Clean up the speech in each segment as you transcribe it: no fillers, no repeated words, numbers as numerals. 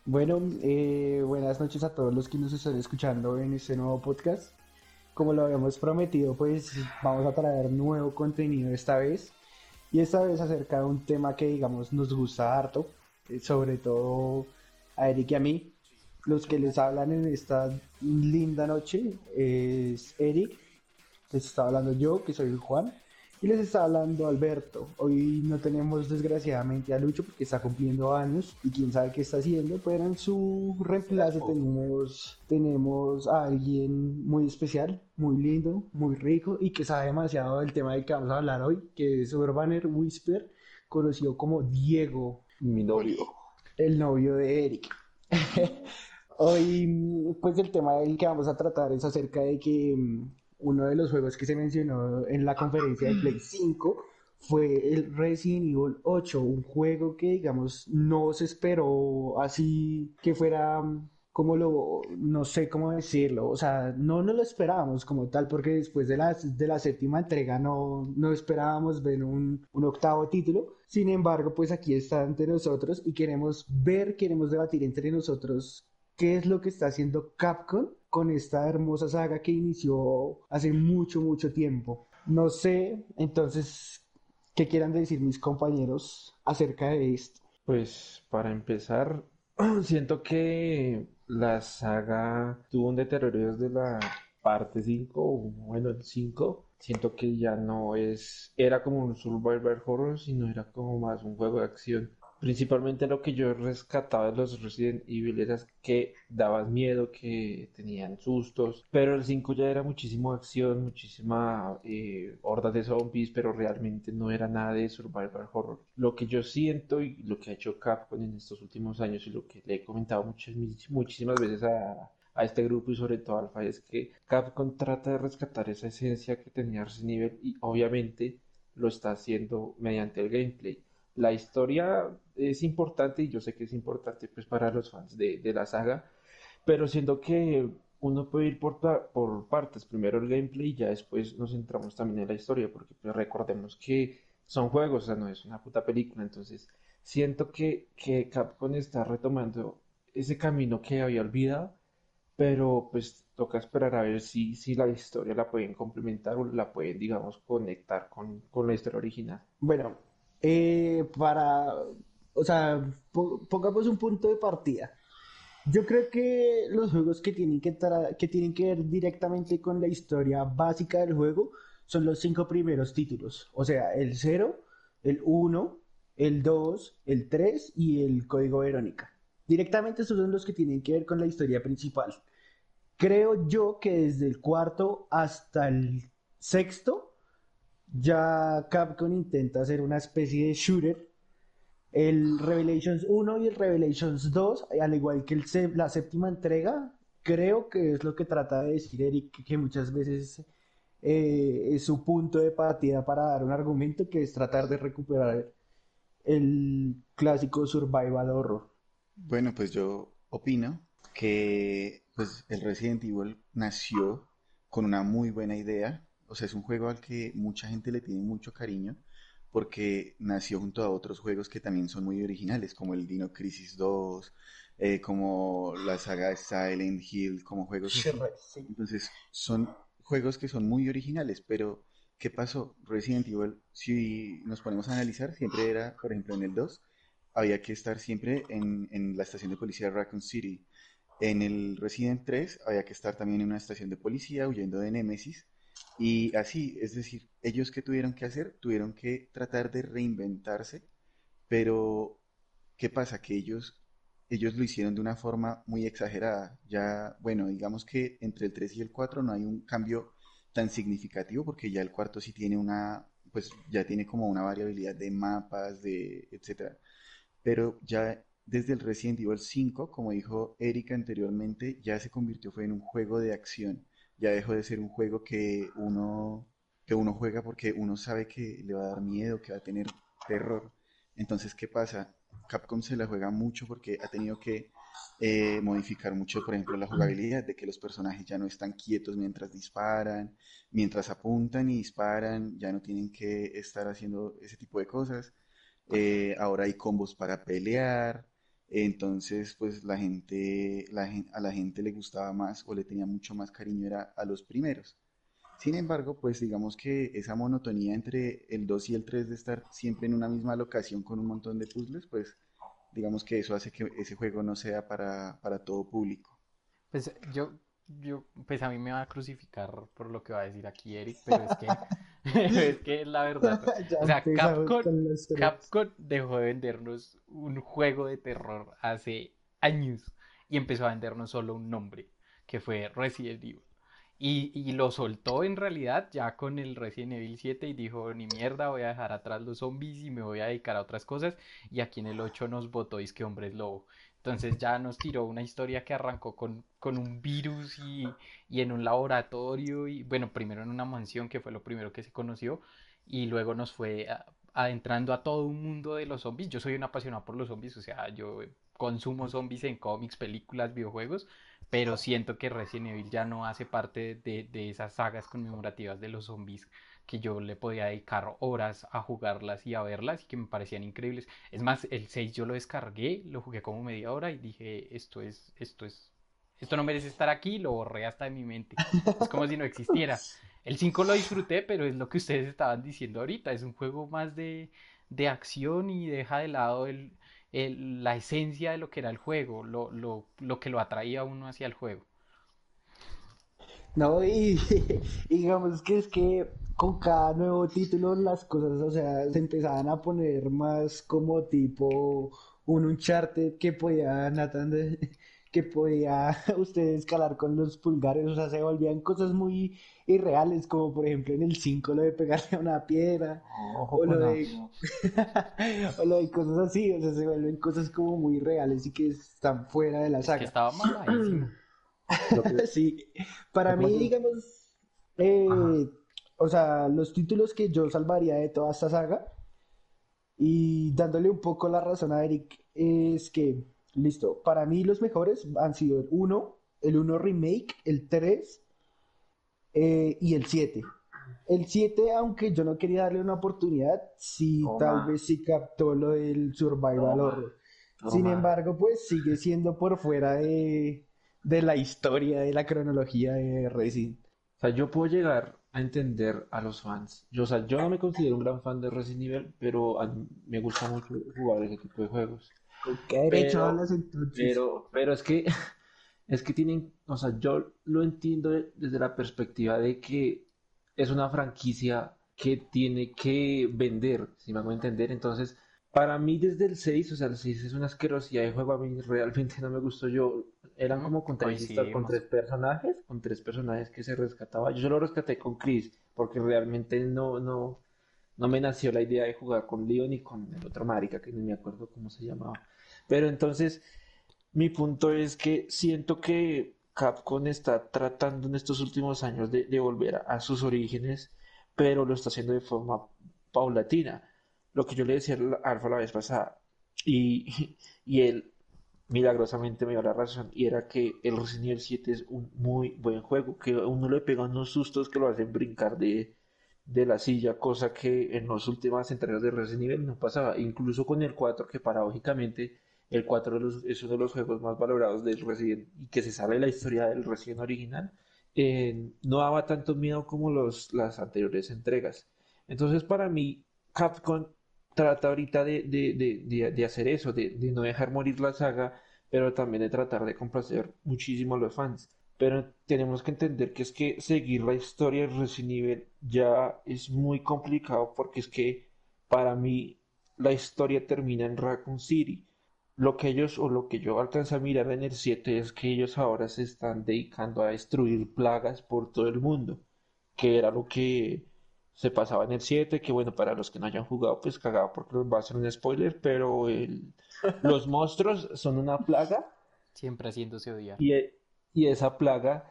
Bueno, buenas noches a todos los que nos están escuchando en este nuevo podcast. Como lo habíamos prometido, pues vamos a traer nuevo contenido esta vez. Y esta vez acerca de un tema que, digamos, nos gusta harto, sobre todo a Eric y a mí. Los que les hablan en esta linda noche es Eric, les está hablando yo, que soy Juan, y les está hablando Alberto. Hoy no tenemos desgraciadamente a Lucho porque está cumpliendo años y quién sabe qué está haciendo, pero en su reemplazo tenemos a alguien muy especial, muy lindo, muy rico y que sabe demasiado del tema del que vamos a hablar hoy, que es Urbaner Whisper, conocido como Diego, Mi novio. el novio de Eric. Hoy, pues el tema del que vamos a tratar es acerca de que uno de los juegos que se mencionó en la conferencia de Play 5 fue el Resident Evil 8, un juego que, digamos, no se esperó así que fuera como no sé cómo decirlo, o sea, no lo esperábamos como tal, porque después de la séptima entrega no esperábamos ver un octavo título. Sin embargo, pues aquí está entre nosotros y queremos debatir entre nosotros qué es lo que está haciendo Capcom con esta hermosa saga que inició hace mucho, mucho tiempo. No sé, entonces, qué quieran decir mis compañeros acerca de esto. Pues para empezar, siento que la saga tuvo un deterioro desde la parte 5 o bueno, el 5. Siento que ya no era como un survival horror, sino era como más un juego de acción. Principalmente lo que yo rescataba de los Resident Evil era que daban miedo, que tenían sustos, pero el 5 ya era muchísimo acción, muchísima horda de zombies, pero realmente no era nada de survival horror. Lo que yo siento y lo que ha hecho Capcom en estos últimos años y lo que le he comentado muchísimas veces a este grupo y sobre todo a Alpha es que Capcom trata de rescatar esa esencia que tenía Resident Evil y obviamente lo está haciendo mediante el gameplay. La historia es importante y yo sé que es importante pues para los fans de la saga, pero siento que uno puede ir por partes. Primero el gameplay y ya después nos centramos también en la historia, porque pues, recordemos que son juegos, o sea, no es una puta película. Entonces, siento que Capcom está retomando ese camino que había olvidado, pero pues toca esperar a ver si la historia la pueden complementar o la pueden, digamos, conectar con la historia original. Bueno, o sea, pongamos un punto de partida. Yo creo que los juegos que tienen que ver directamente con la historia básica del juego son los cinco primeros títulos. O sea, el cero, el uno, el 2, el 3 y el Código Verónica. Directamente esos son los que tienen que ver con la historia principal. Creo yo que desde el cuarto hasta el sexto ya Capcom intenta hacer una especie de shooter. El Revelations uno y el Revelations 2, al igual que la séptima entrega, creo que es lo que trata de decir Eric, que muchas veces es su punto de partida para dar un argumento, que es tratar de recuperar el clásico survival horror. Bueno, pues yo opino que pues el Resident Evil nació con una muy buena idea. O sea, es un juego al que mucha gente le tiene mucho cariño porque nació junto a otros juegos que también son muy originales, como el Dino Crisis 2, como la saga de Silent Hill, como juegos así. Shrek, sí. Entonces, son juegos que son muy originales, pero ¿qué pasó? Resident Evil, si nos ponemos a analizar, siempre era, por ejemplo, en el 2 había que estar siempre en la estación de policía de Raccoon City. En el Resident 3 había que estar también en una estación de policía huyendo de Nemesis. Y así, es decir, ellos qué tuvieron que hacer, tuvieron que tratar de reinventarse, pero ¿qué pasa? Que ellos lo hicieron de una forma muy exagerada. Ya, bueno, digamos que entre el 3 y el 4 no hay un cambio tan significativo porque ya el cuarto sí tiene pues ya tiene como una variabilidad de mapas, de etcétera. Pero ya desde el Resident Evil 5, como dijo Erika anteriormente, ya se convirtió fue en un juego de acción. Ya dejó de ser un juego que uno juega porque uno sabe que le va a dar miedo, que va a tener terror. Entonces, ¿qué pasa? Capcom se la juega mucho porque ha tenido que modificar mucho, por ejemplo, la jugabilidad, de que los personajes ya no están quietos mientras disparan, mientras apuntan y disparan, ya no tienen que estar haciendo ese tipo de cosas. Ahora hay combos para pelear. Entonces, pues a la gente le gustaba más o le tenía mucho más cariño era a los primeros. Sin embargo, pues digamos que esa monotonía entre el 2 y el 3 de estar siempre en una misma locación con un montón de puzzles, pues digamos que eso hace que ese juego no sea para todo público. Pues pues a mí me va a crucificar por lo que va a decir aquí Eric, pero es que, es que es la verdad. Ya O sea, empezamos con los tres. Capcom dejó de vendernos un juego de terror hace años y empezó a vendernos solo un nombre, que fue Resident Evil. Y lo soltó en realidad ya con el Resident Evil 7 y dijo, ni mierda, voy a dejar atrás los zombies y me voy a dedicar a otras cosas. Y aquí en el 8 nos botó, es que hombres lobo. Entonces ya nos tiró una historia que arrancó con un virus y en un laboratorio y bueno, primero en una mansión que fue lo primero que se conoció y luego nos fue adentrando a todo un mundo de los zombies. Yo soy un apasionado por los zombies, o sea, yo consumo zombies en cómics, películas, videojuegos, pero siento que Resident Evil ya no hace parte de esas sagas conmemorativas de los zombies que yo le podía dedicar horas a jugarlas y a verlas y que me parecían increíbles. Es más, el 6 yo lo descargué, lo jugué como media hora y dije, esto no merece estar aquí, lo borré hasta de mi mente. Es como si no existiera. El 5 lo disfruté, pero es lo que ustedes estaban diciendo ahorita, es un juego más de acción y deja de lado la esencia de lo que era el juego, lo que lo atraía a uno hacia el juego. No, y digamos que es que con cada nuevo título las cosas, o sea, se empezaban a poner más como tipo un Uncharted que podía que podía usted escalar con los pulgares, o sea, se volvían cosas muy irreales, como por ejemplo en el 5 lo de pegarle a una piedra, Ojo o lo con de eso. o lo de cosas así, o sea, se vuelven cosas como muy reales y que están fuera de la Es que saga. estaba mamadísimo. Lo que, Sí, lo para que mí, pasa es... digamos, Ajá. o sea, los títulos que yo salvaría de toda esta saga y dándole un poco la razón a Eric es que, listo, para mí los mejores han sido el uno Remake, el 3 y el 7. El 7 aunque yo no quería darle una oportunidad, sí, Toma, tal vez sí captó lo del survival toma, horror. Sin toma. embargo, pues sigue siendo por fuera de la historia, de la cronología de Resident. O sea, yo puedo llegar a entender a los fans. Yo, o sea, yo no me considero un gran fan de Resident Evil, pero me gusta mucho jugar ese tipo de juegos. ¿Con qué derecho Pero, hablas entonces? pero es que, es que tienen, o sea, yo lo entiendo desde la perspectiva de que es una franquicia que tiene que vender, si me hago entender. Entonces, para mí desde el 6, o sea, el 6 es una asquerosidad de juego, a mí realmente no me gustó. Yo, eran como Coincidimos. con tres personajes que se rescataba. Yo solo rescaté con Chris, porque realmente no me nació la idea de jugar con Leon y con el otro marica, que no me acuerdo cómo se llamaba. Pero entonces, mi punto es que siento que Capcom está tratando en estos últimos años de volver a sus orígenes, pero lo está haciendo de forma paulatina. Lo que yo le decía a Alfa la vez pasada, y, y él milagrosamente me dio la razón, y era que el Resident Evil 7 es un muy buen juego, que a uno le pega unos sustos que lo hacen brincar de la silla, cosa que en las últimas entregas de Resident Evil no pasaba, incluso con el 4, que paradójicamente el 4 es uno de los juegos más valorados del Resident y que se sabe la historia del Resident original, no daba tanto miedo como las anteriores entregas. Entonces para mí Capcom trata ahorita de hacer eso, de no dejar morir la saga, pero también de tratar de complacer muchísimo a los fans. Pero tenemos que entender que es que seguir la historia de Resident Evil ya es muy complicado porque es que para mí la historia termina en Raccoon City. Lo que ellos o lo que yo alcancé a mirar en el 7 es que ellos ahora se están dedicando a destruir plagas por todo el mundo, que era lo que se pasaba en el 7, que bueno, para los que no hayan jugado, pues cagado porque les va a hacer un spoiler, pero los monstruos son una plaga Siempre haciéndose odiar. y, y esa plaga,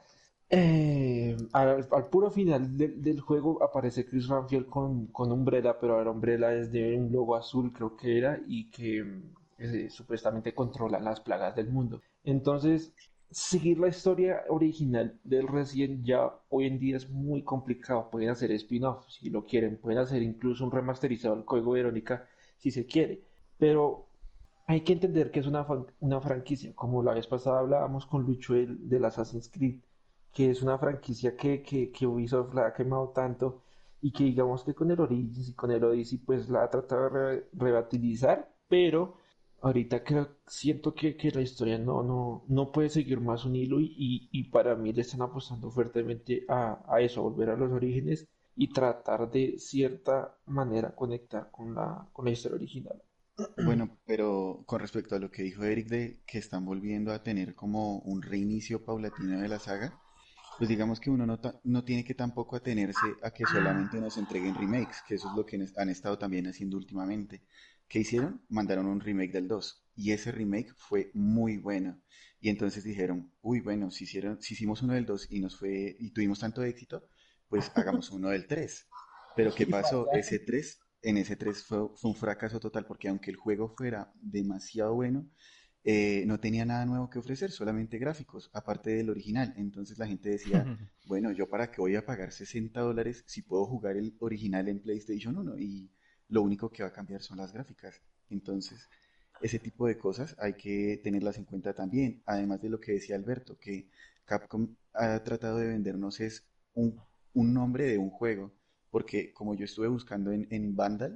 al puro final del juego aparece Chris Redfield con Umbrella, pero ahora Umbrella es de un logo azul, creo que era, y que supuestamente controla las plagas del mundo. Entonces, seguir la historia original del Resident ya hoy en día es muy complicado. Pueden hacer spin-off si lo quieren, pueden hacer incluso un remasterizado del código Verónica si se quiere, pero hay que entender que es una franquicia, como la vez pasada hablábamos con Lucho del Assassin's Creed, que es una franquicia que Ubisoft la ha quemado tanto y que digamos que con el Origins y con el Odyssey pues la ha tratado de revitalizar, pero ahorita siento que la historia no puede seguir más un hilo y para mí le están apostando fuertemente a eso, a volver a los orígenes y tratar de cierta manera conectar con la historia original. Bueno, pero con respecto a lo que dijo Eric de que están volviendo a tener como un reinicio paulatino de la saga, pues digamos que uno no tiene que tampoco atenerse a que solamente nos entreguen remakes, que eso es lo que han estado también haciendo últimamente. ¿Qué hicieron? Mandaron un remake del 2 y ese remake fue muy bueno. Y entonces dijeron, uy, bueno, si hicimos uno del 2 y nos fue y tuvimos tanto éxito, pues hagamos uno del 3. Pero ¿qué Y pasó? fallaron. En ese 3 fue un fracaso total porque aunque el juego fuera demasiado bueno, no tenía nada nuevo que ofrecer, solamente gráficos, aparte del original. Entonces la gente decía, bueno, ¿yo para qué voy a pagar $60 si puedo jugar el original en PlayStation 1? Y lo único que va a cambiar son las gráficas. Entonces, ese tipo de cosas hay que tenerlas en cuenta también. Además de lo que decía Alberto, que Capcom ha tratado de vendernos es un nombre de un juego. Porque como yo estuve buscando en Vandal,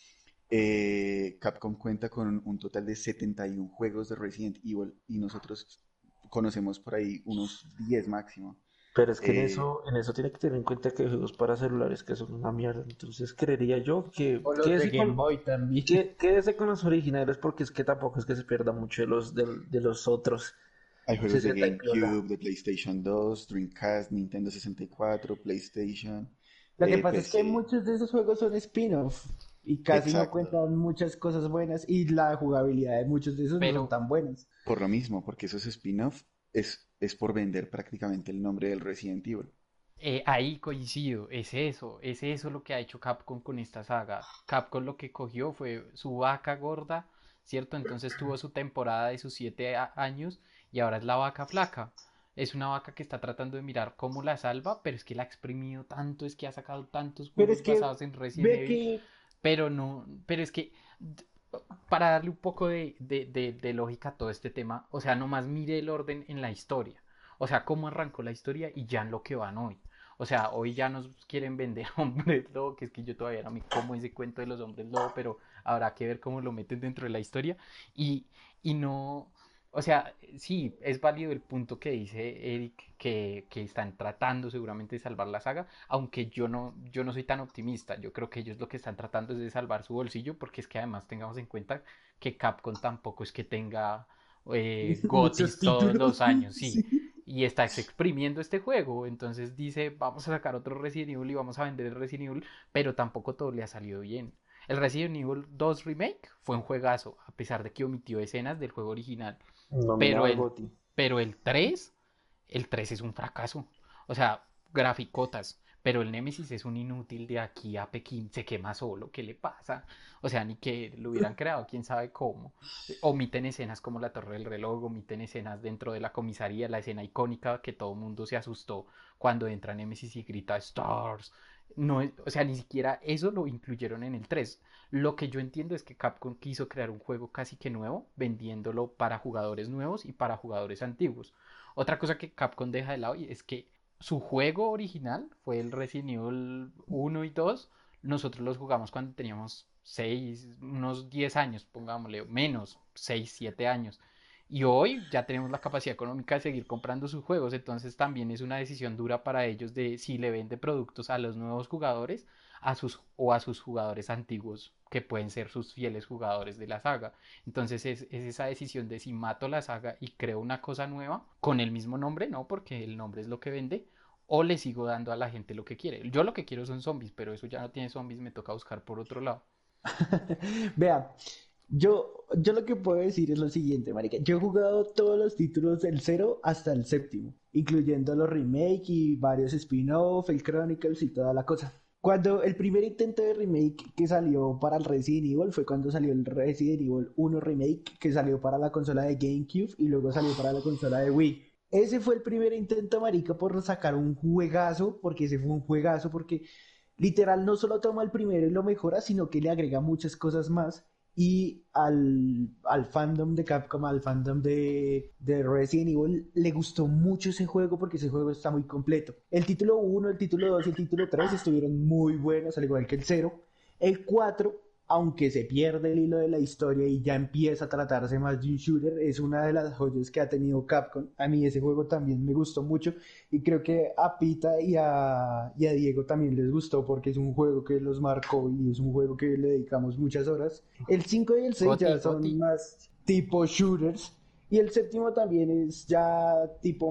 Capcom cuenta con un total de 71 juegos de Resident Evil y nosotros conocemos por ahí unos 10 máximo. Pero es que Eh, en eso tiene que tener en cuenta que hay juegos para celulares que son una mierda. Entonces creería yo que O los de Game Boy también. quédese con los originales porque es que tampoco es que se pierda mucho de los otros. Hay juegos de 60 y piola. GameCube, de PlayStation 2, Dreamcast, Nintendo 64, PlayStation, Lo que pasa es que PC. muchos de esos juegos son spin-off y casi no Exacto. cuentan muchas cosas buenas y la jugabilidad de muchos de esos no son Pero tan buenas. Por lo mismo, porque esos spin-off es por vender prácticamente el nombre del Resident Evil. ahí coincido, es eso lo que ha hecho Capcom con esta saga. Capcom lo que cogió fue su vaca gorda, ¿cierto? Entonces tuvo su temporada de sus 7 años y ahora es la vaca flaca. Es una vaca que está tratando de mirar cómo la salva, pero es que la ha exprimido tanto, es que ha sacado tantos Pero es juegos que basados en Resident ve Evil, que, pero no, pero es que para darle un poco de lógica a todo este tema, o sea, nomás mire el orden en la historia, o sea, cómo arrancó la historia y ya en lo que van hoy. O sea, hoy ya nos quieren vender hombres lobo, que es que yo todavía no me como ese cuento de los hombres lobo, pero habrá que ver cómo lo meten dentro de la historia. Y, y no, o sea, sí, es válido el punto que dice Eric, que están tratando seguramente de salvar la saga, aunque yo no soy tan optimista. Yo creo que ellos lo que están tratando es de salvar su bolsillo, porque es que además tengamos en cuenta que Capcom tampoco es que tenga muchos GOTYs todos títulos, los años, sí. sí. Y está exprimiendo este juego, entonces dice, vamos a sacar otro Resident Evil y vamos a vender el Resident Evil, pero tampoco todo le ha salido bien. El Resident Evil 2 Remake fue un juegazo, a pesar de que omitió escenas del juego original. Pero Nominado al el, GOTY. pero el 3 es un fracaso. O sea, graficotas. Pero el Nemesis es un inútil de aquí a Pekín. Se quema solo. ¿Qué le pasa? O sea, ni que lo hubieran creado, quién sabe cómo. Omiten escenas como la Torre del Reloj, omiten escenas dentro de la comisaría, la escena icónica que todo el mundo se asustó cuando entra Nemesis y grita Stars. No, o sea, ni siquiera eso lo incluyeron en el 3. Lo que yo entiendo es que Capcom quiso crear un juego casi que nuevo, vendiéndolo para jugadores nuevos y para jugadores antiguos. Otra cosa que Capcom deja de lado es que su juego original fue el Resident Evil 1 y 2. Nosotros los jugamos cuando teníamos 6, unos 10 años, pongámosle, menos, 6, 7 años. Y hoy ya tenemos la capacidad económica de seguir comprando sus juegos, entonces también es una decisión dura para ellos de si le vende productos a los nuevos jugadores o a sus jugadores antiguos, que pueden ser sus fieles jugadores de la saga. Entonces es esa decisión de si mato la saga y creo una cosa nueva con el mismo nombre, no, porque el nombre es lo que vende, o le sigo dando a la gente lo que quiere. Yo lo que quiero son zombies, pero eso ya no tiene zombies, me toca buscar por otro lado. Vea, yo lo que puedo decir es lo siguiente, marica. Yo he jugado todos los títulos del cero hasta el séptimo, incluyendo los remake y varios spin-off, el Chronicles y toda la cosa. Cuando el primer intento de remake que salió para el Resident Evil fue cuando salió el Resident Evil 1 Remake, que salió para la consola de GameCube y luego salió para la consola de Wii. Ese fue el primer intento, marica, por sacar un juegazo, porque ese fue un juegazo, porque literal no solo toma el primero y lo mejora, sino que le agrega muchas cosas más. y al fandom de Capcom, al fandom de Resident Evil, le gustó mucho ese juego porque ese juego está muy completo. El título uno, el título 2 y el título 3 estuvieron muy buenos, al igual que el cero. El 4, aunque se pierde el hilo de la historia y ya empieza a tratarse más de un shooter, es una de las joyas que ha tenido Capcom. A mí ese juego también me gustó mucho y creo que a Pita y a Diego también les gustó porque es un juego que los marcó y es un juego que le dedicamos muchas horas. El 5 y el 6 Goti, ya son Goti. más tipo shooters y el séptimo también es ya tipo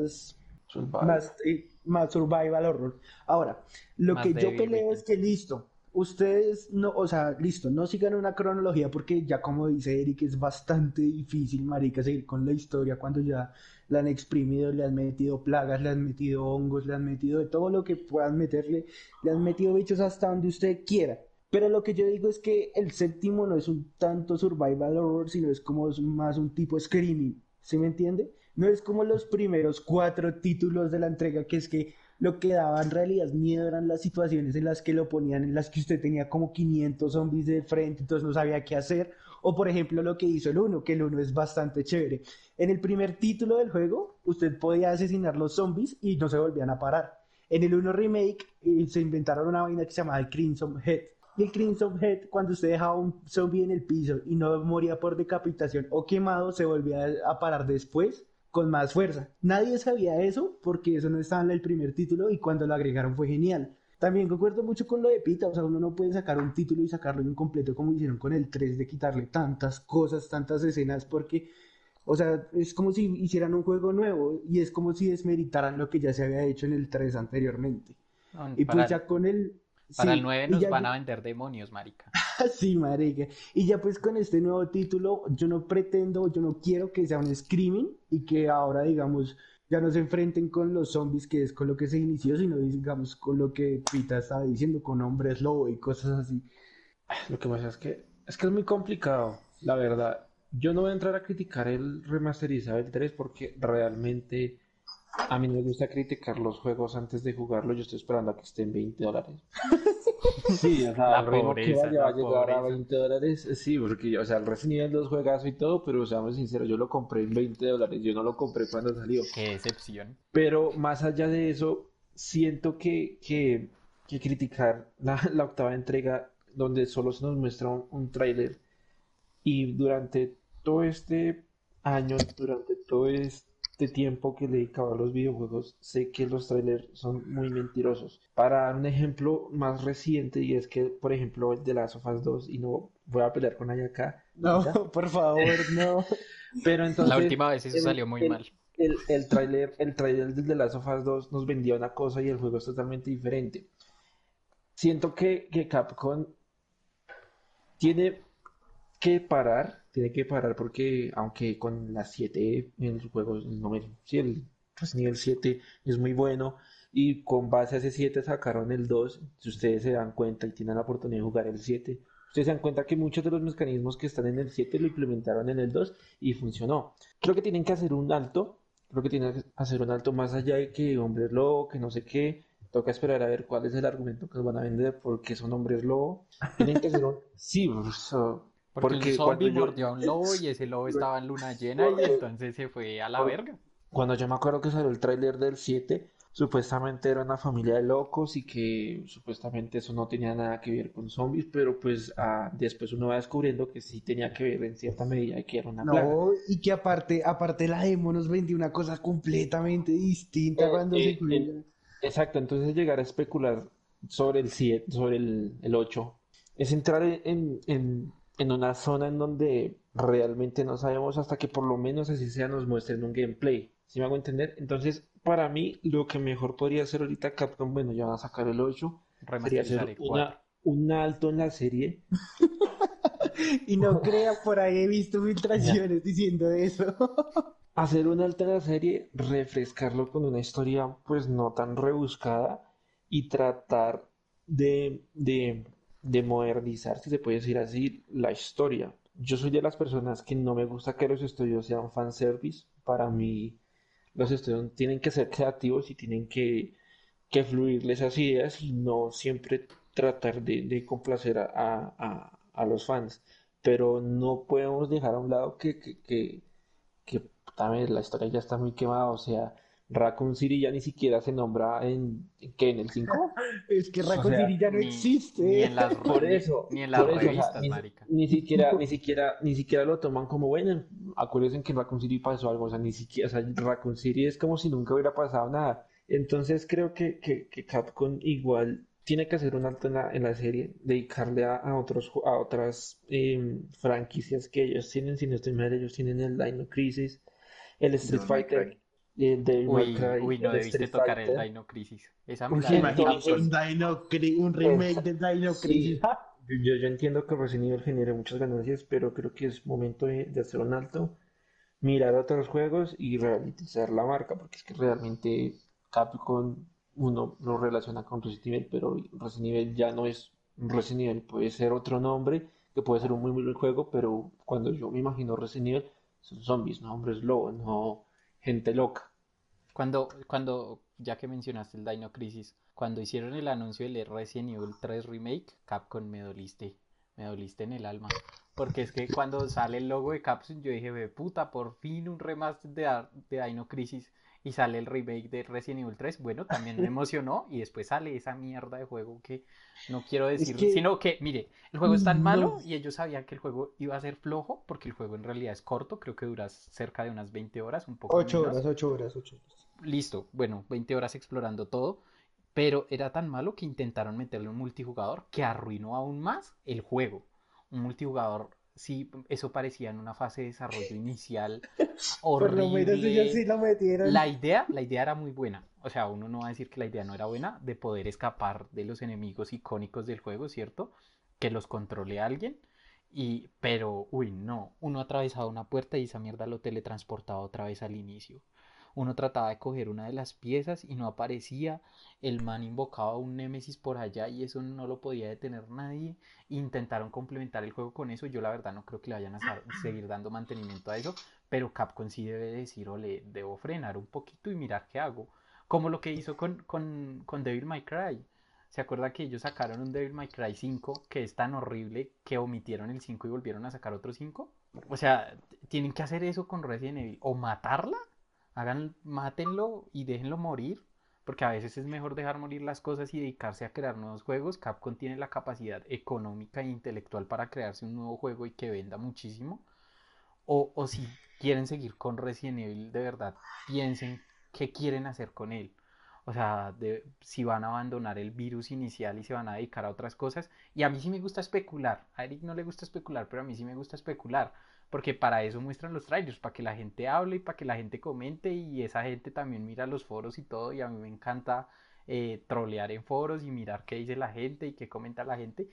Survival. más survival horror. Ahora, lo Más que de yo heavy peleo es written. que listo, ustedes no, o sea, listo, no sigan una cronología porque ya como dice Eric es bastante difícil, marica, seguir con la historia cuando ya la han exprimido, le han metido plagas, le han metido hongos, le han metido de todo lo que puedan meterle, le han metido bichos hasta donde usted quiera. Pero lo que yo digo es que el séptimo no es un tanto survival horror, sino es como más un tipo screaming, ¿sí me entiende? No es como los primeros 4 títulos de la entrega, que es que lo que daba en realidad miedo eran las situaciones en las que lo ponían, en las que usted tenía como 500 zombies de frente, entonces no sabía qué hacer. O por ejemplo lo que hizo el uno, que el uno es bastante chévere. En el primer título del juego, usted podía asesinar los zombies y no se volvían a parar. En el uno Remake se inventaron una vaina que se llamaba el Crimson Head. Y el Crimson Head, cuando usted dejaba un zombie en el piso y no moría por decapitación o quemado, se volvía a parar después con más fuerza. Nadie sabía eso porque eso no estaba en el primer título y cuando lo agregaron fue genial. También concuerdo mucho con lo de Pita, o sea, uno no puede sacar un título y sacarlo incompleto como hicieron con el 3 de quitarle tantas cosas, tantas escenas, porque, o sea, es como si hicieran un juego nuevo y es como si desmeritaran lo que ya se había hecho en el 3 anteriormente. No, Y pues ya con el, para el sí, 9 y nos ya van a vender demonios, marica. sí, marica. Y ya pues con este nuevo título, yo no pretendo, yo no quiero que sea un screaming y que ahora, digamos, ya no se enfrenten con los zombies, que es con lo que se inició, sino digamos con lo que Pita estaba diciendo, con hombres lobo y cosas así. Lo que pasa es que es muy complicado, la verdad. Yo no voy a entrar a criticar el remasterizado del 3 porque realmente a mí no me gusta criticar los juegos antes de jugarlo. Yo estoy esperando a que estén $20. Sí, o sea, al ritmo que vaya va a La llegar a pobreza. $20, sí, porque, o sea, el Resident Evil 2 juegazo y todo, pero seamos sinceros, yo lo compré en $20, yo no lo compré cuando salió. Qué decepción. Pero más allá de eso, siento que criticar la octava entrega, donde solo se nos muestra un tráiler, y durante todo este año, durante todo este tiempo que le he dedicado a los videojuegos, sé que los trailers son muy mentirosos. Para dar un ejemplo más reciente, y es que, por ejemplo, el de Last of Us 2, y no voy a pelear con Ayaka, No, ¿ya? por favor, no. Pero La entonces, última vez eso el, salió muy el, mal. el tráiler de The Last of Us 2 nos vendía una cosa y el juego es totalmente diferente. Siento que Capcom tiene tiene que parar porque aunque con las 7 en los juegos, no me, sí, el Resident Evil 7 es muy bueno y con base a ese 7 sacaron el 2, si ustedes se dan cuenta y tienen la oportunidad de jugar el 7, ustedes se dan cuenta que muchos de los mecanismos que están en el 7 lo implementaron en el 2 y funcionó. Creo que tienen que hacer un alto, creo que tienen que hacer un alto más allá de que hombres lobo, que no sé qué, toca esperar a ver cuál es el argumento que nos van a vender, porque son hombres lobo. Tienen que hacer un... Sí, Porque un porque cuando zombie yo, mordió a un lobo y ese lobo estaba en luna llena y porque, entonces se fue a la por- verga. cuando yo me acuerdo que salió el tráiler del 7 supuestamente era una familia de locos y que supuestamente eso no tenía nada que ver con zombies, pero pues después uno va descubriendo que sí tenía que ver en cierta medida y que era una plaga. No, y que aparte la demo nos vendió una cosa completamente distinta Eh, cuando se eh, juega. el- exacto, entonces llegar a especular sobre el 7, sobre el 8, es entrar en una zona en donde realmente no sabemos hasta que por lo menos así sea nos muestren un gameplay. ¿Sí me hago entender? Entonces, para mí, lo que mejor podría hacer ahorita Capcom, bueno, ya van a sacar el 8, sería hacer Remasterizar el 4. un alto en la serie. Y no crea, por ahí he visto filtraciones diciendo eso. Hacer una alta en la serie, refrescarlo con una historia pues no tan rebuscada y tratar de modernizar, si se puede decir así, la historia. Yo soy de las personas que no me gusta que los estudios sean fanservice. Para mí, los estudios tienen que ser creativos y tienen que fluirles esas ideas y no siempre tratar de complacer a los fans. pero no podemos dejar a un lado que también la historia ya está muy quemada, o sea, Raccoon City ya ni siquiera se nombra ¿en el 5? Es que O Raccoon sea, City ya no Ni existe. en las, ni en las por eso, o sea, revistas, marica. ni siquiera lo toman como, bueno, acuérdense que en Raccoon City pasó algo, o sea, ni siquiera, o sea, Raccoon City es como si nunca hubiera pasado nada. Entonces creo que Capcom igual tiene que hacer un alto en la serie, dedicarle a otras franquicias que ellos tienen, si no estoy mal, ellos tienen el Dino Crisis, el Street Devil May Fighter, Cry. el Devil May Cry, Uy, no el debiste Street tocar el Fighter. Dino Crisis. Esa me Uy, la ¿se debe imagina Capcom. Entonces, un remake es, de Dino Crisis? sí, yo entiendo que Resident Evil genere muchas ganancias, pero creo que es momento de hacer un alto, mirar otros juegos y revitalizar la marca, porque es que realmente Capcom uno lo relaciona con Resident Evil, pero Resident Evil ya no es un Resident Evil, puede ser otro nombre, que puede ser un muy buen juego, pero cuando yo me imagino Resident Evil, son zombies, no hombres lobo, no gente loca. Ya que mencionaste el Dino Crisis, cuando hicieron el anuncio del Resident Evil 3 Remake, Capcom me doliste en el alma. Porque es que cuando sale el logo de Capcom, yo dije, ve puta, por fin un remaster de Dino Crisis y sale el remake de Resident Evil 3. Bueno, también me emocionó y después sale esa mierda de juego que no quiero Es decir, que sino que, mire, el juego es tan no. malo y ellos sabían que el juego iba a ser flojo porque el juego en realidad es corto, creo que dura cerca de unas 20 horas, un poco 8 horas, menos. 8 horas, 8 horas. Listo, bueno, 20 horas explorando todo, pero era tan malo que intentaron meterle un multijugador que arruinó aún más el juego. Un multijugador, sí, eso parecía en una fase de desarrollo inicial Por lo menos ellos horrible. sí lo metieron. La idea era muy buena. O sea, uno no va a decir que la idea no era buena de poder escapar de los enemigos icónicos del juego, ¿cierto? Que los controle alguien. Pero, uy, no. Uno atravesaba una puerta y esa mierda lo teletransportaba otra vez al inicio. Uno trataba de coger una de las piezas y no aparecía. El man invocaba un némesis por allá y eso no lo podía detener nadie. Intentaron complementar el juego con eso. Yo la verdad no creo que le vayan a seguir dando mantenimiento a eso. Pero Capcom sí debe decir, ole, debo frenar un poquito y mirar qué hago. Como lo que hizo con Devil May Cry. ¿Se acuerda que ellos sacaron un Devil May Cry 5 que es tan horrible que omitieron el 5 y volvieron a sacar otro 5? O sea, tienen que hacer eso con Resident Evil. O matarla, mátenlo y déjenlo morir. Porque a veces es mejor dejar morir las cosas y dedicarse a crear nuevos juegos. Capcom tiene la capacidad económica e intelectual para crearse un nuevo juego y que venda muchísimo. O si quieren seguir con Resident Evil, de verdad, piensen qué quieren hacer con él. O sea, si van a abandonar el virus inicial y se van a dedicar a otras cosas. Y a mí sí me gusta especular. A Eric no le gusta especular, pero a mí sí me gusta especular. Porque para eso muestran los trailers, para que la gente hable y para que la gente comente. Y esa gente también mira los foros y todo. Y a mí me encanta trolear en foros y mirar qué dice la gente y qué comenta la gente.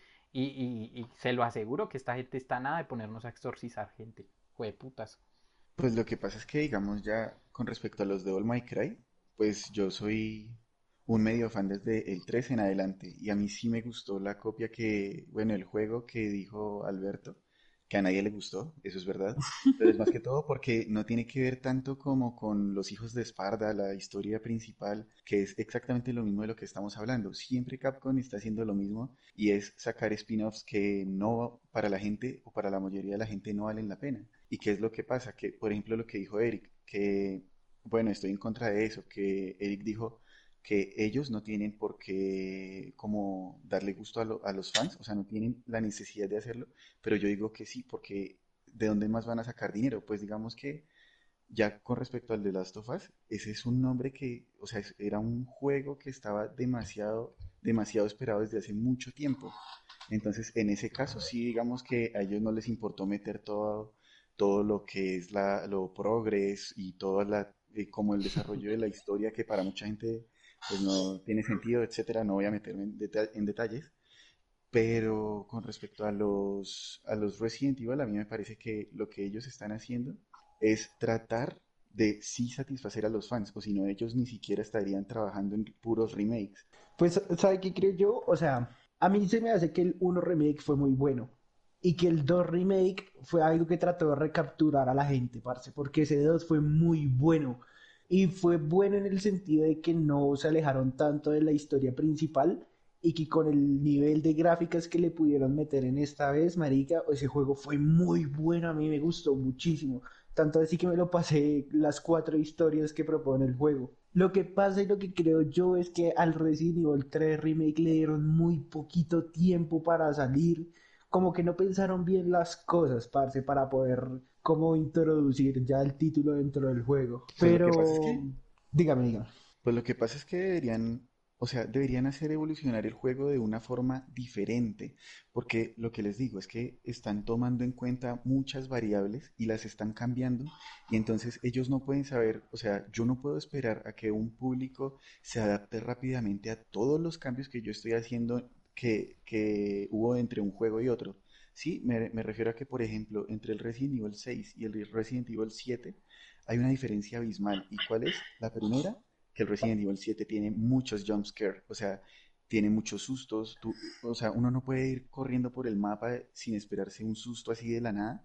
Y se lo aseguro que esta gente está nada de ponernos a exorcizar gente. Jueputas. Pues lo que pasa es que, digamos, ya con respecto a los de All My Cry, pues yo soy un medio fan desde el 3 en adelante. Y a mí sí me gustó la copia que, bueno, el juego que dijo Alberto, que a nadie le gustó, eso es verdad. Pero es más que todo porque no tiene que ver tanto como con los hijos de Esparda, la historia principal, que es exactamente lo mismo de lo que estamos hablando. Siempre Capcom está haciendo lo mismo y es sacar spin-offs que no para la gente o para la mayoría de la gente no valen la pena. ¿Y qué es lo que pasa? Que, por ejemplo, lo que dijo Eric, que, bueno, estoy en contra de eso, que Eric dijo que ellos no tienen por qué como darle gusto a los fans, o sea, no tienen la necesidad de hacerlo, pero yo digo que sí, porque ¿de dónde más van a sacar dinero? Pues digamos que ya con respecto al de Last of Us, ese es un nombre que, o sea, era un juego que estaba demasiado esperado desde hace mucho tiempo. Entonces, en ese caso, sí, digamos que a ellos no les importó meter todo lo que es lo progres y como el desarrollo de la historia que para mucha gente pues no tiene sentido, etcétera. No voy a meterme en detalles, pero con respecto a los Resident Evil, a mí me parece que lo que ellos están haciendo es tratar de sí satisfacer a los fans, o si no, ellos ni siquiera estarían trabajando en puros remakes. Pues, ¿sabe qué creo yo? O sea, a mí se me hace que el uno remake fue muy bueno. Y que el 2 remake fue algo que trató de recapturar a la gente, parce. Porque ese 2 fue muy bueno. Y fue bueno en el sentido de que no se alejaron tanto de la historia principal y que con el nivel de gráficas que le pudieron meter en esta vez, marica, ese juego fue muy bueno, a mí me gustó muchísimo. Tanto así que me lo pasé las 4 historias que propone el juego. Lo que pasa y lo que creo yo es que al Resident Evil 3 Remake le dieron muy poquito tiempo para salir, como que no pensaron bien las cosas, parce, para poder como introducir ya el título dentro del juego. Pues lo que pasa es Pero, que dígame, dígame. Pues lo que pasa es que deberían, o sea, deberían hacer evolucionar el juego de una forma diferente, porque lo que les digo es que están tomando en cuenta muchas variables y las están cambiando, y entonces ellos no pueden saber, o sea, yo no puedo esperar a que un público se adapte rápidamente a todos los cambios que yo estoy haciendo que hubo entre un juego y otro. Sí, me refiero a que, por ejemplo, entre el Resident Evil 6 y el Resident Evil 7 hay una diferencia abismal. ¿Y cuál es? La primera, que el Resident Evil 7 tiene muchos jumpscares, o sea, tiene muchos sustos, o sea, uno no puede ir corriendo por el mapa sin esperarse un susto así de la nada,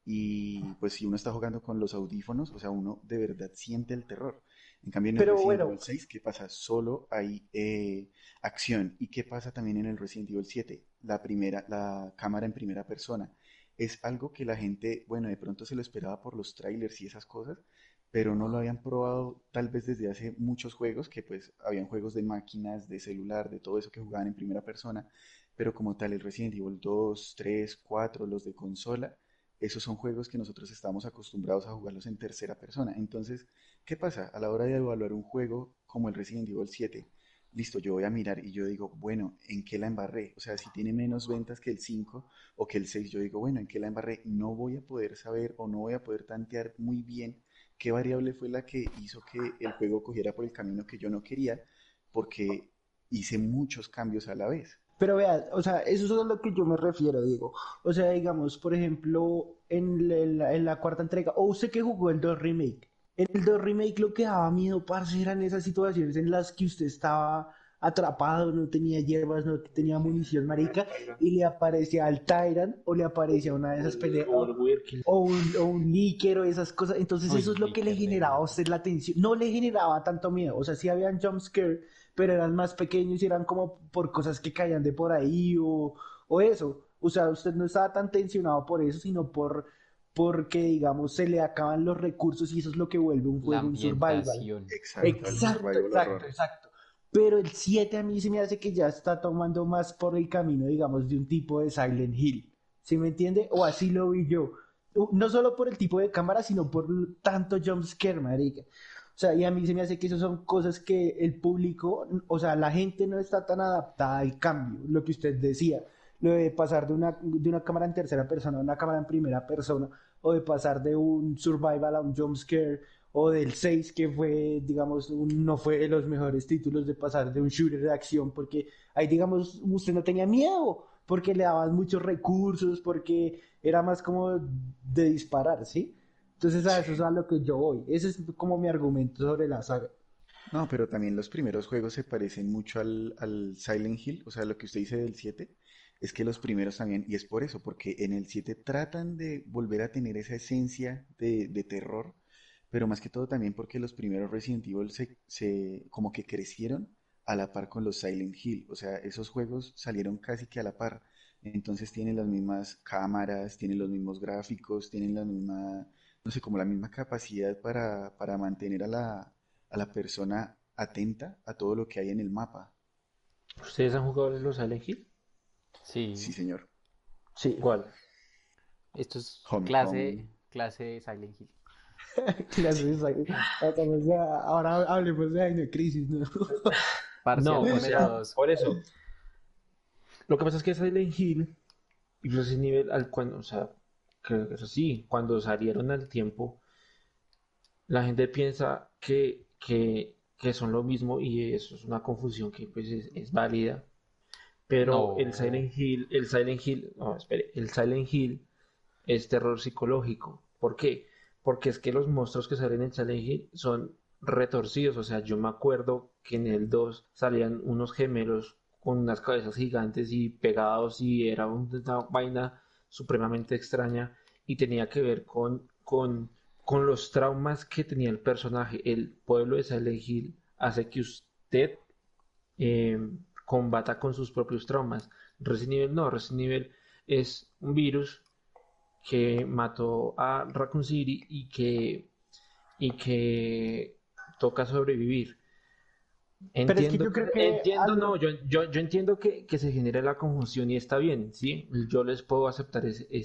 y pues si uno está jugando con los audífonos, o sea, uno de verdad siente el terror. En cambio, en el Pero Resident bueno, Evil 6, ¿qué pasa? Solo hay acción. ¿Y qué pasa también en el Resident Evil 7? La cámara en primera persona. Es algo que la gente, bueno, de pronto se lo esperaba por los trailers y esas cosas, pero no lo habían probado tal vez desde hace muchos juegos, que pues habían juegos de máquinas, de celular, de todo eso que jugaban en primera persona, pero como tal el Resident Evil 2, 3, 4, los de consola, esos son juegos que nosotros estamos acostumbrados a jugarlos en tercera persona. Entonces, ¿qué pasa? A la hora de evaluar un juego como el Resident Evil 7, listo, yo voy a mirar y yo digo, bueno, ¿en qué la embarré? O sea, si tiene menos ventas que el 5 o que el 6, yo digo, bueno, ¿en qué la embarré? No voy a poder saber o no voy a poder tantear muy bien qué variable fue la que hizo que el juego cogiera por el camino que yo no quería, porque hice muchos cambios a la vez. pero vea, o sea, eso es a lo que yo me refiero, Diego. O sea, digamos, por ejemplo, en la cuarta entrega, o usted que jugó el 2 Remake. En el 2 Remake lo que daba miedo, parce, eran esas situaciones en las que usted estaba atrapado, no tenía hierbas, no tenía munición, marica, y le aparecía al Tyrant, o le aparecía una de esas peleas, O el Wirkill. o un líquido, esas cosas. Entonces Uy, eso es lo que le Licker de generaba a verdad. usted la tensión. No le generaba tanto miedo. O sea, sí habían jumpscare, pero eran más pequeños y eran como por cosas que caían de por ahí o eso. O sea, usted no estaba tan tensionado por eso, sino porque, digamos, se le acaban los recursos y eso es lo que vuelve un La juego un survival. ambientación. Exacto, el Exacto, survival exacto, horror. exacto. Pero el 7 a mí se me hace que ya está tomando más por el camino, digamos, de un tipo de Silent Hill. ¿Sí me entiende? O así lo vi yo. No solo por el tipo de cámara, sino por tanto jumpscare, marica. O sea, y a mí se me hace que esas son cosas que el público, o sea, la gente no está tan adaptada al cambio, lo que usted decía, lo de pasar de una cámara en tercera persona a una cámara en primera persona, o de pasar de un survival a un jumpscare, o del 6 que fue, digamos, no fue de los mejores títulos de pasar de un shooter de acción, porque ahí, digamos, usted no tenía miedo, porque le daban muchos recursos, porque era más como de disparar, ¿sí? Entonces a eso es Sí. a lo que yo voy. Ese es como mi argumento sobre la saga. No, pero también los primeros juegos se parecen mucho al Silent Hill, o sea, lo que usted dice del 7 es que los primeros también, y es por eso, porque en el 7 tratan de volver a tener esa esencia de terror, pero más que todo también porque los primeros Resident Evil como que crecieron a la par con los Silent Hill, o sea, esos juegos salieron casi que a la par, entonces tienen las mismas cámaras, tienen los mismos gráficos, tienen la misma, no sé, como la misma capacidad para mantener a la persona atenta a todo lo que hay en el mapa. ¿Ustedes han jugado los Silent Hill? Sí, Sí, señor. Sí, ¿Cuál? esto es clase, Homecoming. clase de Silent Hill. clases. Ahora hablemos de Dino Crisis, ¿no? No, Parcial o número sea, 2. por eso. Lo que pasa es que Silent Hill y Resident Evil, cuando, o sea, creo que eso sí, cuando salieron al tiempo, la gente piensa que son lo mismo y eso es una confusión que pues es válida. Pero No, No, espere, el Silent Hill es terror psicológico. ¿Por qué? Porque es que los monstruos que salen en Silent Hill son retorcidos. O sea, yo me acuerdo que en el 2 salían unos gemelos con unas cabezas gigantes y pegados y era una vaina supremamente extraña y tenía que ver con los traumas que tenía el personaje. El pueblo de Silent Hill hace que usted eh, combata con sus propios traumas. Resident Evil no, Resident Evil es un virus que mató a Raccoon City y que toca sobrevivir. Pero es que yo Entiendo, creo que entiendo, no, yo entiendo que se genere la confusión y está bien, ¿sí? Yo les puedo aceptar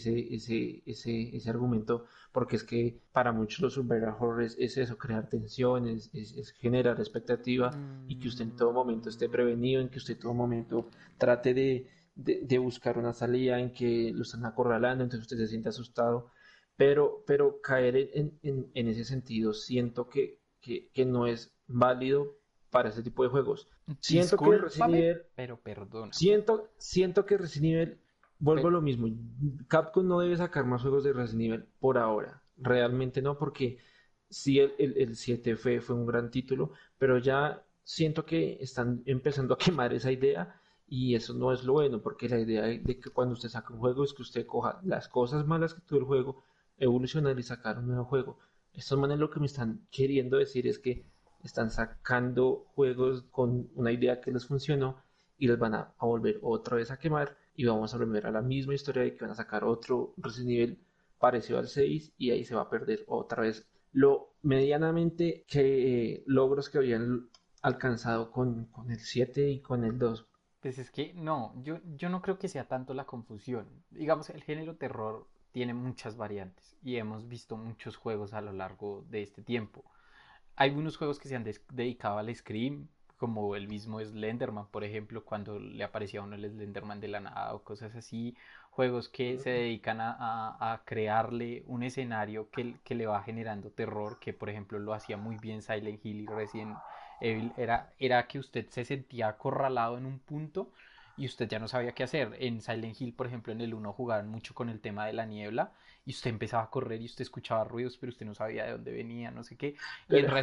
ese argumento porque es que para muchos los survival horror es eso, crear tensión, es generar expectativa y que usted en todo momento esté Mm, prevenido, en que usted en todo momento trate de buscar una salida, en que lo están acorralando, entonces usted se siente asustado, pero caer en ese sentido siento que no es válido para ese tipo de juegos. Siento que Resident discúlpame, Evil, pero perdóname. siento que Resident Evil, vuelvo a Pero, lo mismo, Capcom no debe sacar más juegos de Resident Evil por ahora, realmente no, porque sí el 7 fue un gran título, pero ya siento que están empezando a quemar esa idea y eso no es lo bueno, porque la idea de que cuando usted saca un juego es que usted coja las cosas malas que tuvo el juego, evolucionar y sacar un nuevo juego. Estos manes lo que me están queriendo decir es que están sacando juegos con una idea que les funcionó y los van a volver otra vez a quemar y vamos a volver a la misma historia de que van a sacar otro Resident Evil parecido al 6 y ahí se va a perder otra vez lo medianamente que logros que habían alcanzado con el 7 y con el 2. pues es que no, yo no creo que sea tanto la confusión. Digamos, el género terror tiene muchas variantes y hemos visto muchos juegos a lo largo de este tiempo. Hay algunos juegos que se han dedicado al Scream, como el mismo Slenderman, por ejemplo, cuando le aparecía a uno el Slenderman de la nada o cosas así. Juegos que se dedican a crearle un escenario que le va generando terror, que por ejemplo lo hacía muy bien Silent Hill y Resident Evil, era que usted se sentía acorralado en un punto y usted ya no sabía qué hacer. En Silent Hill, por ejemplo, en el uno jugaban mucho con el tema de la niebla y usted empezaba a correr y usted escuchaba ruidos, pero usted no sabía de dónde venía, no sé qué. Y Pero,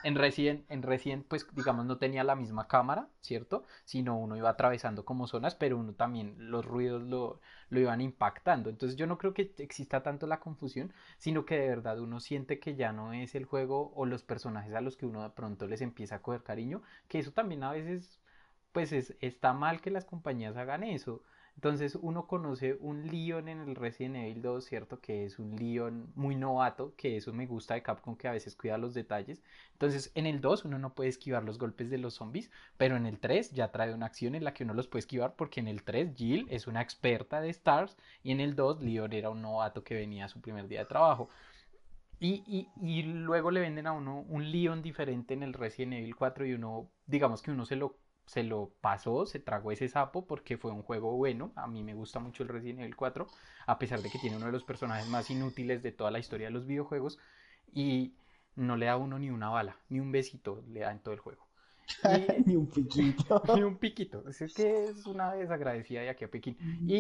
En Resident, pues digamos, no tenía la misma cámara, ¿cierto? Sino uno iba atravesando como zonas, pero uno también, los ruidos lo iban impactando. Entonces yo no creo que exista tanto la confusión, sino que de verdad uno siente que ya no es el juego o los personajes a los que uno de pronto les empieza a coger cariño, que eso también a veces, pues está mal que las compañías hagan eso. Entonces uno conoce un Leon en el Resident Evil 2, ¿cierto? Que es un Leon muy novato, que eso me gusta de Capcom, que a veces cuida los detalles. Entonces en el 2 uno no puede esquivar los golpes de los zombies, pero en el 3 ya trae una acción en la que uno los puede esquivar, porque en el 3 Jill es una experta de Stars y en el 2 Leon era un novato que venía a su primer día de trabajo. Y luego le venden a uno un Leon diferente en el Resident Evil 4 y uno, digamos que uno se lo pasó, se tragó ese sapo porque fue un juego bueno. A mí me gusta mucho el Resident Evil 4, a pesar de que tiene uno de los personajes más inútiles de toda la historia de los videojuegos y no le da a uno ni una bala, ni un besito le da en todo el juego. Y ni un piquito. ni un piquito, es que es una desagradecida de aquí a Pekín.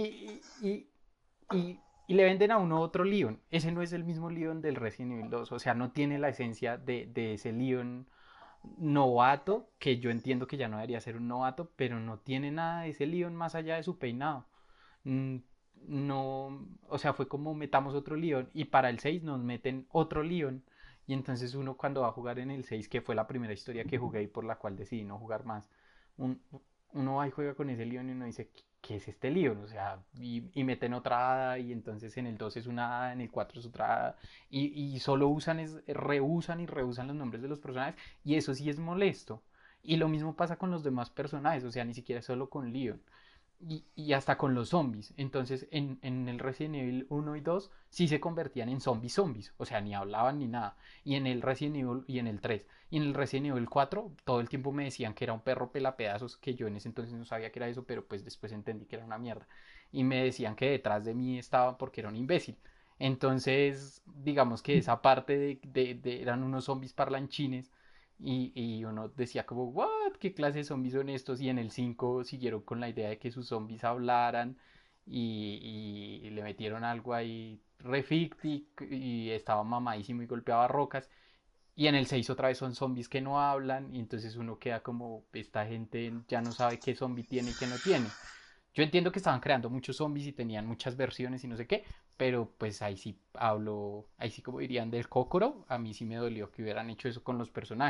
Y, y le venden a uno otro Leon. Ese no es el mismo Leon del Resident Evil 2. O sea, no tiene la esencia de ese Leon novato, que yo entiendo que ya no debería ser un novato, pero no tiene nada de ese Leon más allá de su peinado. Mm, No, o sea, fue como metamos otro Leon y para el 6 nos meten otro Leon. Y entonces uno cuando va a jugar en el 6 que fue la primera historia que jugué y por la cual decidí no jugar más, un, uno va y juega con ese Leon y uno dice, ¿qué es este Leon? O sea, y meten otra hada y entonces en el 2 es una hada, en el 4 es otra hada y solo reusan y reusan los nombres de los personajes y eso sí es molesto. Y lo mismo pasa con los demás personajes, o sea, ni siquiera solo con Leon. Y hasta con los zombies. Entonces, en el Resident Evil 1 y 2 sí se convertían en zombies. O sea, ni hablaban ni nada. Y en el Resident Evil y en el 3. Y en el Resident Evil 4 todo el tiempo me decían que era un perro pelapedazos, que yo en ese entonces no sabía que era eso, pero pues después entendí que era una mierda. Y me decían que detrás de mí estaba porque era un imbécil. Entonces, digamos que esa parte eran unos zombies parlanchines y uno decía como, ¿what? ¿Qué clase de zombies son estos? Y en el 5 siguieron con la idea de que sus zombies hablaran y le metieron algo ahí refictic y estaba mamadísimo y golpeaba rocas. Y en el 6 otra vez son zombies que no hablan y entonces uno queda como, esta gente ya no sabe qué zombie tiene y qué no tiene. Yo entiendo que estaban creando muchos zombies y tenían muchas versiones y no sé qué, pero pues ahí sí como dirían del Kokoro, a mí sí me dolió que hubieran hecho eso con los personajes.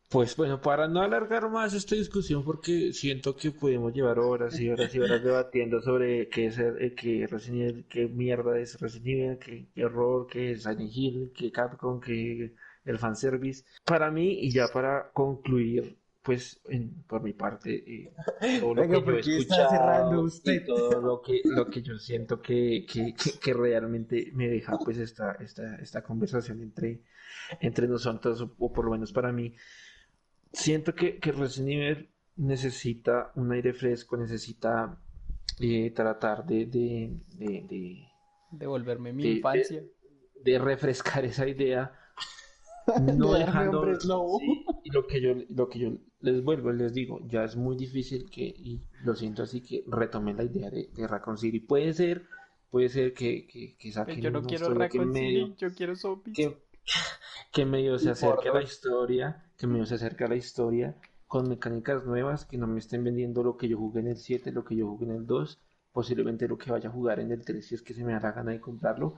Pues bueno, para no alargar más esta discusión, porque siento que podemos llevar horas y horas y horas debatiendo sobre qué es qué Resident Evil, qué mierda es Resident Evil, qué error, qué es Silent Hill, qué Capcom, qué el fanservice. Para mí, y ya para concluir, pues por mi parte, todo lo Venga, que yo he ¿por qué está cerrando escuchado y usted? todo lo que yo siento que realmente me deja pues esta conversación entre nosotros, o por lo menos para mí. Siento que Resident Evil necesita un aire fresco, necesita tratar Devolverme mi de- de- infancia. de refrescar esa idea, De no darme dejando, hombres lobo. sí, y lo que yo les vuelvo, les digo, ya es muy difícil y lo siento así, que retomen la idea de Raccoon City. Puede ser que Pero saquen yo no una quiero historia Raccoon City, yo quiero zombies. que que medio se Y por acerque a la dos. historia, que medio se acerque a la historia con mecánicas nuevas, que no me estén vendiendo lo que yo jugué en el 7, lo que yo jugué en el 2, posiblemente lo que vaya a jugar en el 3 si es que se me da la gana de comprarlo.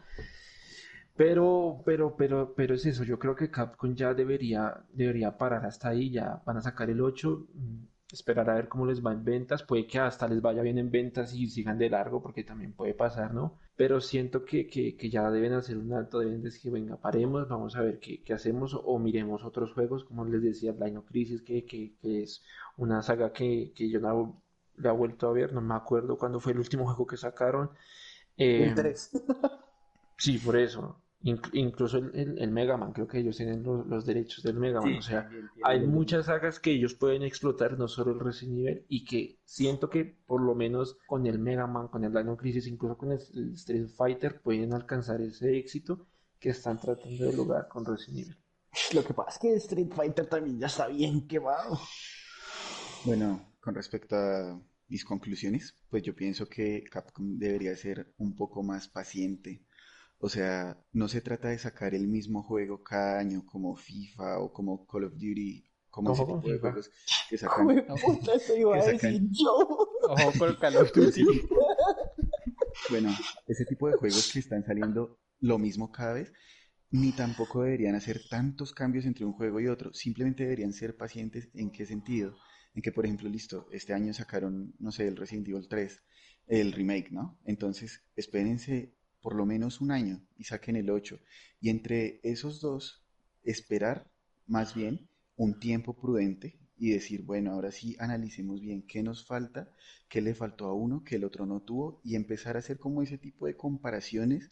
Pero es eso, yo creo que Capcom ya debería parar hasta ahí, ya van a sacar el 8, esperar a ver cómo les va en ventas, puede que hasta les vaya bien en ventas y sigan de largo, porque también puede pasar, ¿no? Pero siento que ya deben hacer un alto, deben decir, venga, paremos, vamos a ver qué hacemos, o miremos otros juegos, como les decía, Dino Crisis, que es una saga que yo no la he vuelto a ver, no me acuerdo cuándo fue el último juego que sacaron. El Eh, 3. Sí, por eso. Incluso el Mega Man, creo que ellos tienen los derechos del Mega Man. O Sí, sea, también tienen hay los muchas derechos. sagas que ellos pueden explotar, no solo el Resident Evil, y que siento que por lo menos con el Mega Man, con el Dino Crisis, incluso con el Street Fighter, pueden alcanzar ese éxito que están tratando de lograr con Resident Evil. Lo que pasa es que Street Fighter también ya está bien quemado. Bueno, con respecto a mis conclusiones, pues yo pienso que Capcom debería ser un poco más paciente. O sea, no se trata de sacar el mismo juego cada año como FIFA o como Call of Duty, como ese Ojo con tipo de FIFA. juegos que sacan, Puta, eso iba que a sacan, decir yo. Ojo con Call of Duty. bueno, ese tipo de juegos que están saliendo lo mismo cada vez, ni tampoco deberían hacer tantos cambios entre un juego y otro. Simplemente deberían ser pacientes. ¿En qué sentido? En que, por ejemplo, listo, este año sacaron, no sé, el Resident Evil 3, el remake, ¿no? Entonces, espérense por lo menos un año y saquen el 8. Y entre esos dos, esperar más bien un tiempo prudente y decir, bueno, ahora sí analicemos bien qué nos falta, qué le faltó a uno, que el otro no tuvo, y empezar a hacer como ese tipo de comparaciones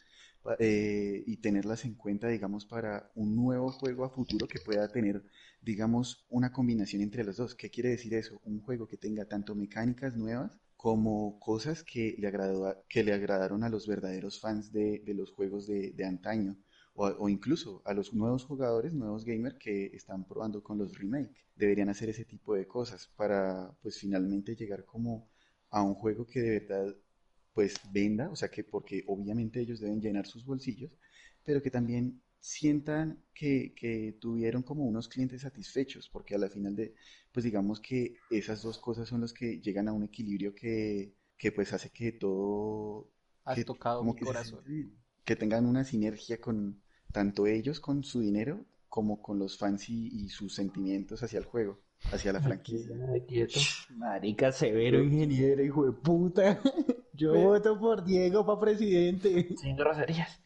y tenerlas en cuenta, digamos, para un nuevo juego a futuro que pueda tener, digamos, una combinación entre los dos. ¿Qué quiere decir eso? Un juego que tenga tanto mecánicas nuevas como cosas que le agradaron a los verdaderos fans de los juegos de antaño. O incluso a los nuevos jugadores, nuevos gamers que están probando con los remake. Deberían hacer ese tipo de cosas para pues finalmente llegar como a un juego que de verdad pues venda, o sea que porque obviamente ellos deben llenar sus bolsillos, pero que también sientan que tuvieron como unos clientes satisfechos, porque a la final de, pues digamos que esas dos cosas son las que llegan a un equilibrio que pues hace que todo, Has que tocado como mi que se corazón. siente bien, que tengan una sinergia con tanto ellos con su dinero como con los fans y sus sentimientos hacia el juego, hacia la Aquí, franquicia. quieto. Marica, severo ingeniero, hijo de puta. Yo Ve, voto por Diego para presidente. Sin groserías.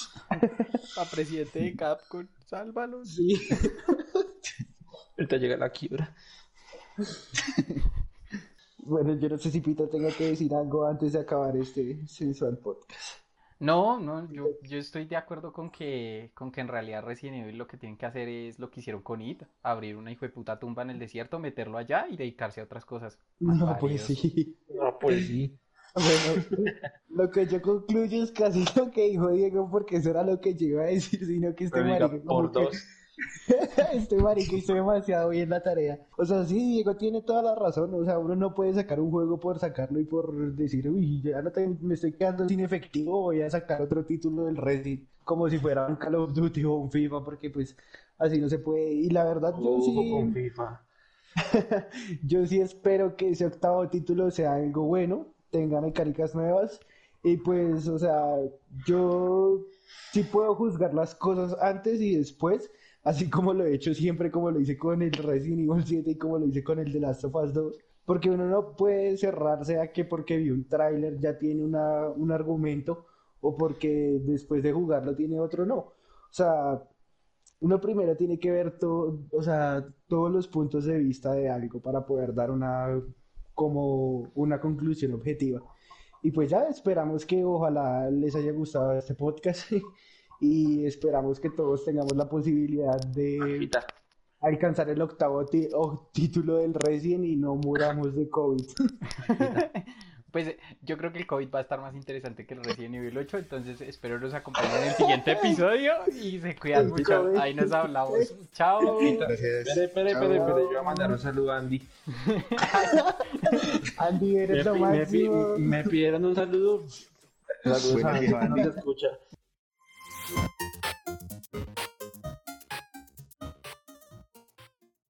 a presidente de Capcom, sálvalos. Sí. Ahorita llega la quiebra. Bueno, yo no sé si Pita tenga que decir algo antes de acabar este sensual podcast. No, no, yo estoy de acuerdo con que en realidad Resident Evil lo que tienen que hacer es lo que hicieron con It, abrir una hijo de puta tumba en el desierto, meterlo allá y dedicarse a otras cosas. No, pues Malparidos. sí. No, pues sí. Bueno, lo que yo concluyo es casi lo que dijo Diego, porque eso era lo que yo iba a decir, sino que este Pero diga, marica por como que dos. este marica hizo demasiado bien la tarea. O sea, sí, Diego tiene toda la razón. O sea, uno no puede sacar un juego por sacarlo y por decir, uy, ya no me estoy quedando sin efectivo, voy a sacar otro título del Resident, como si fuera un Call of Duty o un FIFA, porque pues así no se puede. Y la verdad, Ojo con FIFA. yo sí espero que ese octavo título sea algo bueno, tenga mecánicas nuevas. Y pues, o sea, yo sí puedo juzgar las cosas antes y después, así como lo he hecho siempre, como lo hice con el Resident Evil 7 y como lo hice con el The Last of Us 2, porque uno no puede cerrarse a que porque vio un tráiler ya tiene un argumento o porque después de jugarlo tiene otro, no. O sea, uno primero tiene que ver todo, o sea, todos los puntos de vista de algo para poder dar como una conclusión objetiva. Y pues ya esperamos que ojalá les haya gustado este podcast y esperamos que todos tengamos la posibilidad de Ajita. alcanzar el octavo título del Resident y no muramos de COVID. Pues yo creo que el COVID va a estar más interesante que el Resident Evil 8, entonces espero nos acompañen en el siguiente episodio y se cuidan mucho. Ahí nos hablamos. Chao. Gracias. Espere, Chao. yo voy a mandar un saludo a Andy. Andy, eres lo máximo. Me pidieron un saludo. Saludos Buena a Andy, vida, que no Andy. se escucha.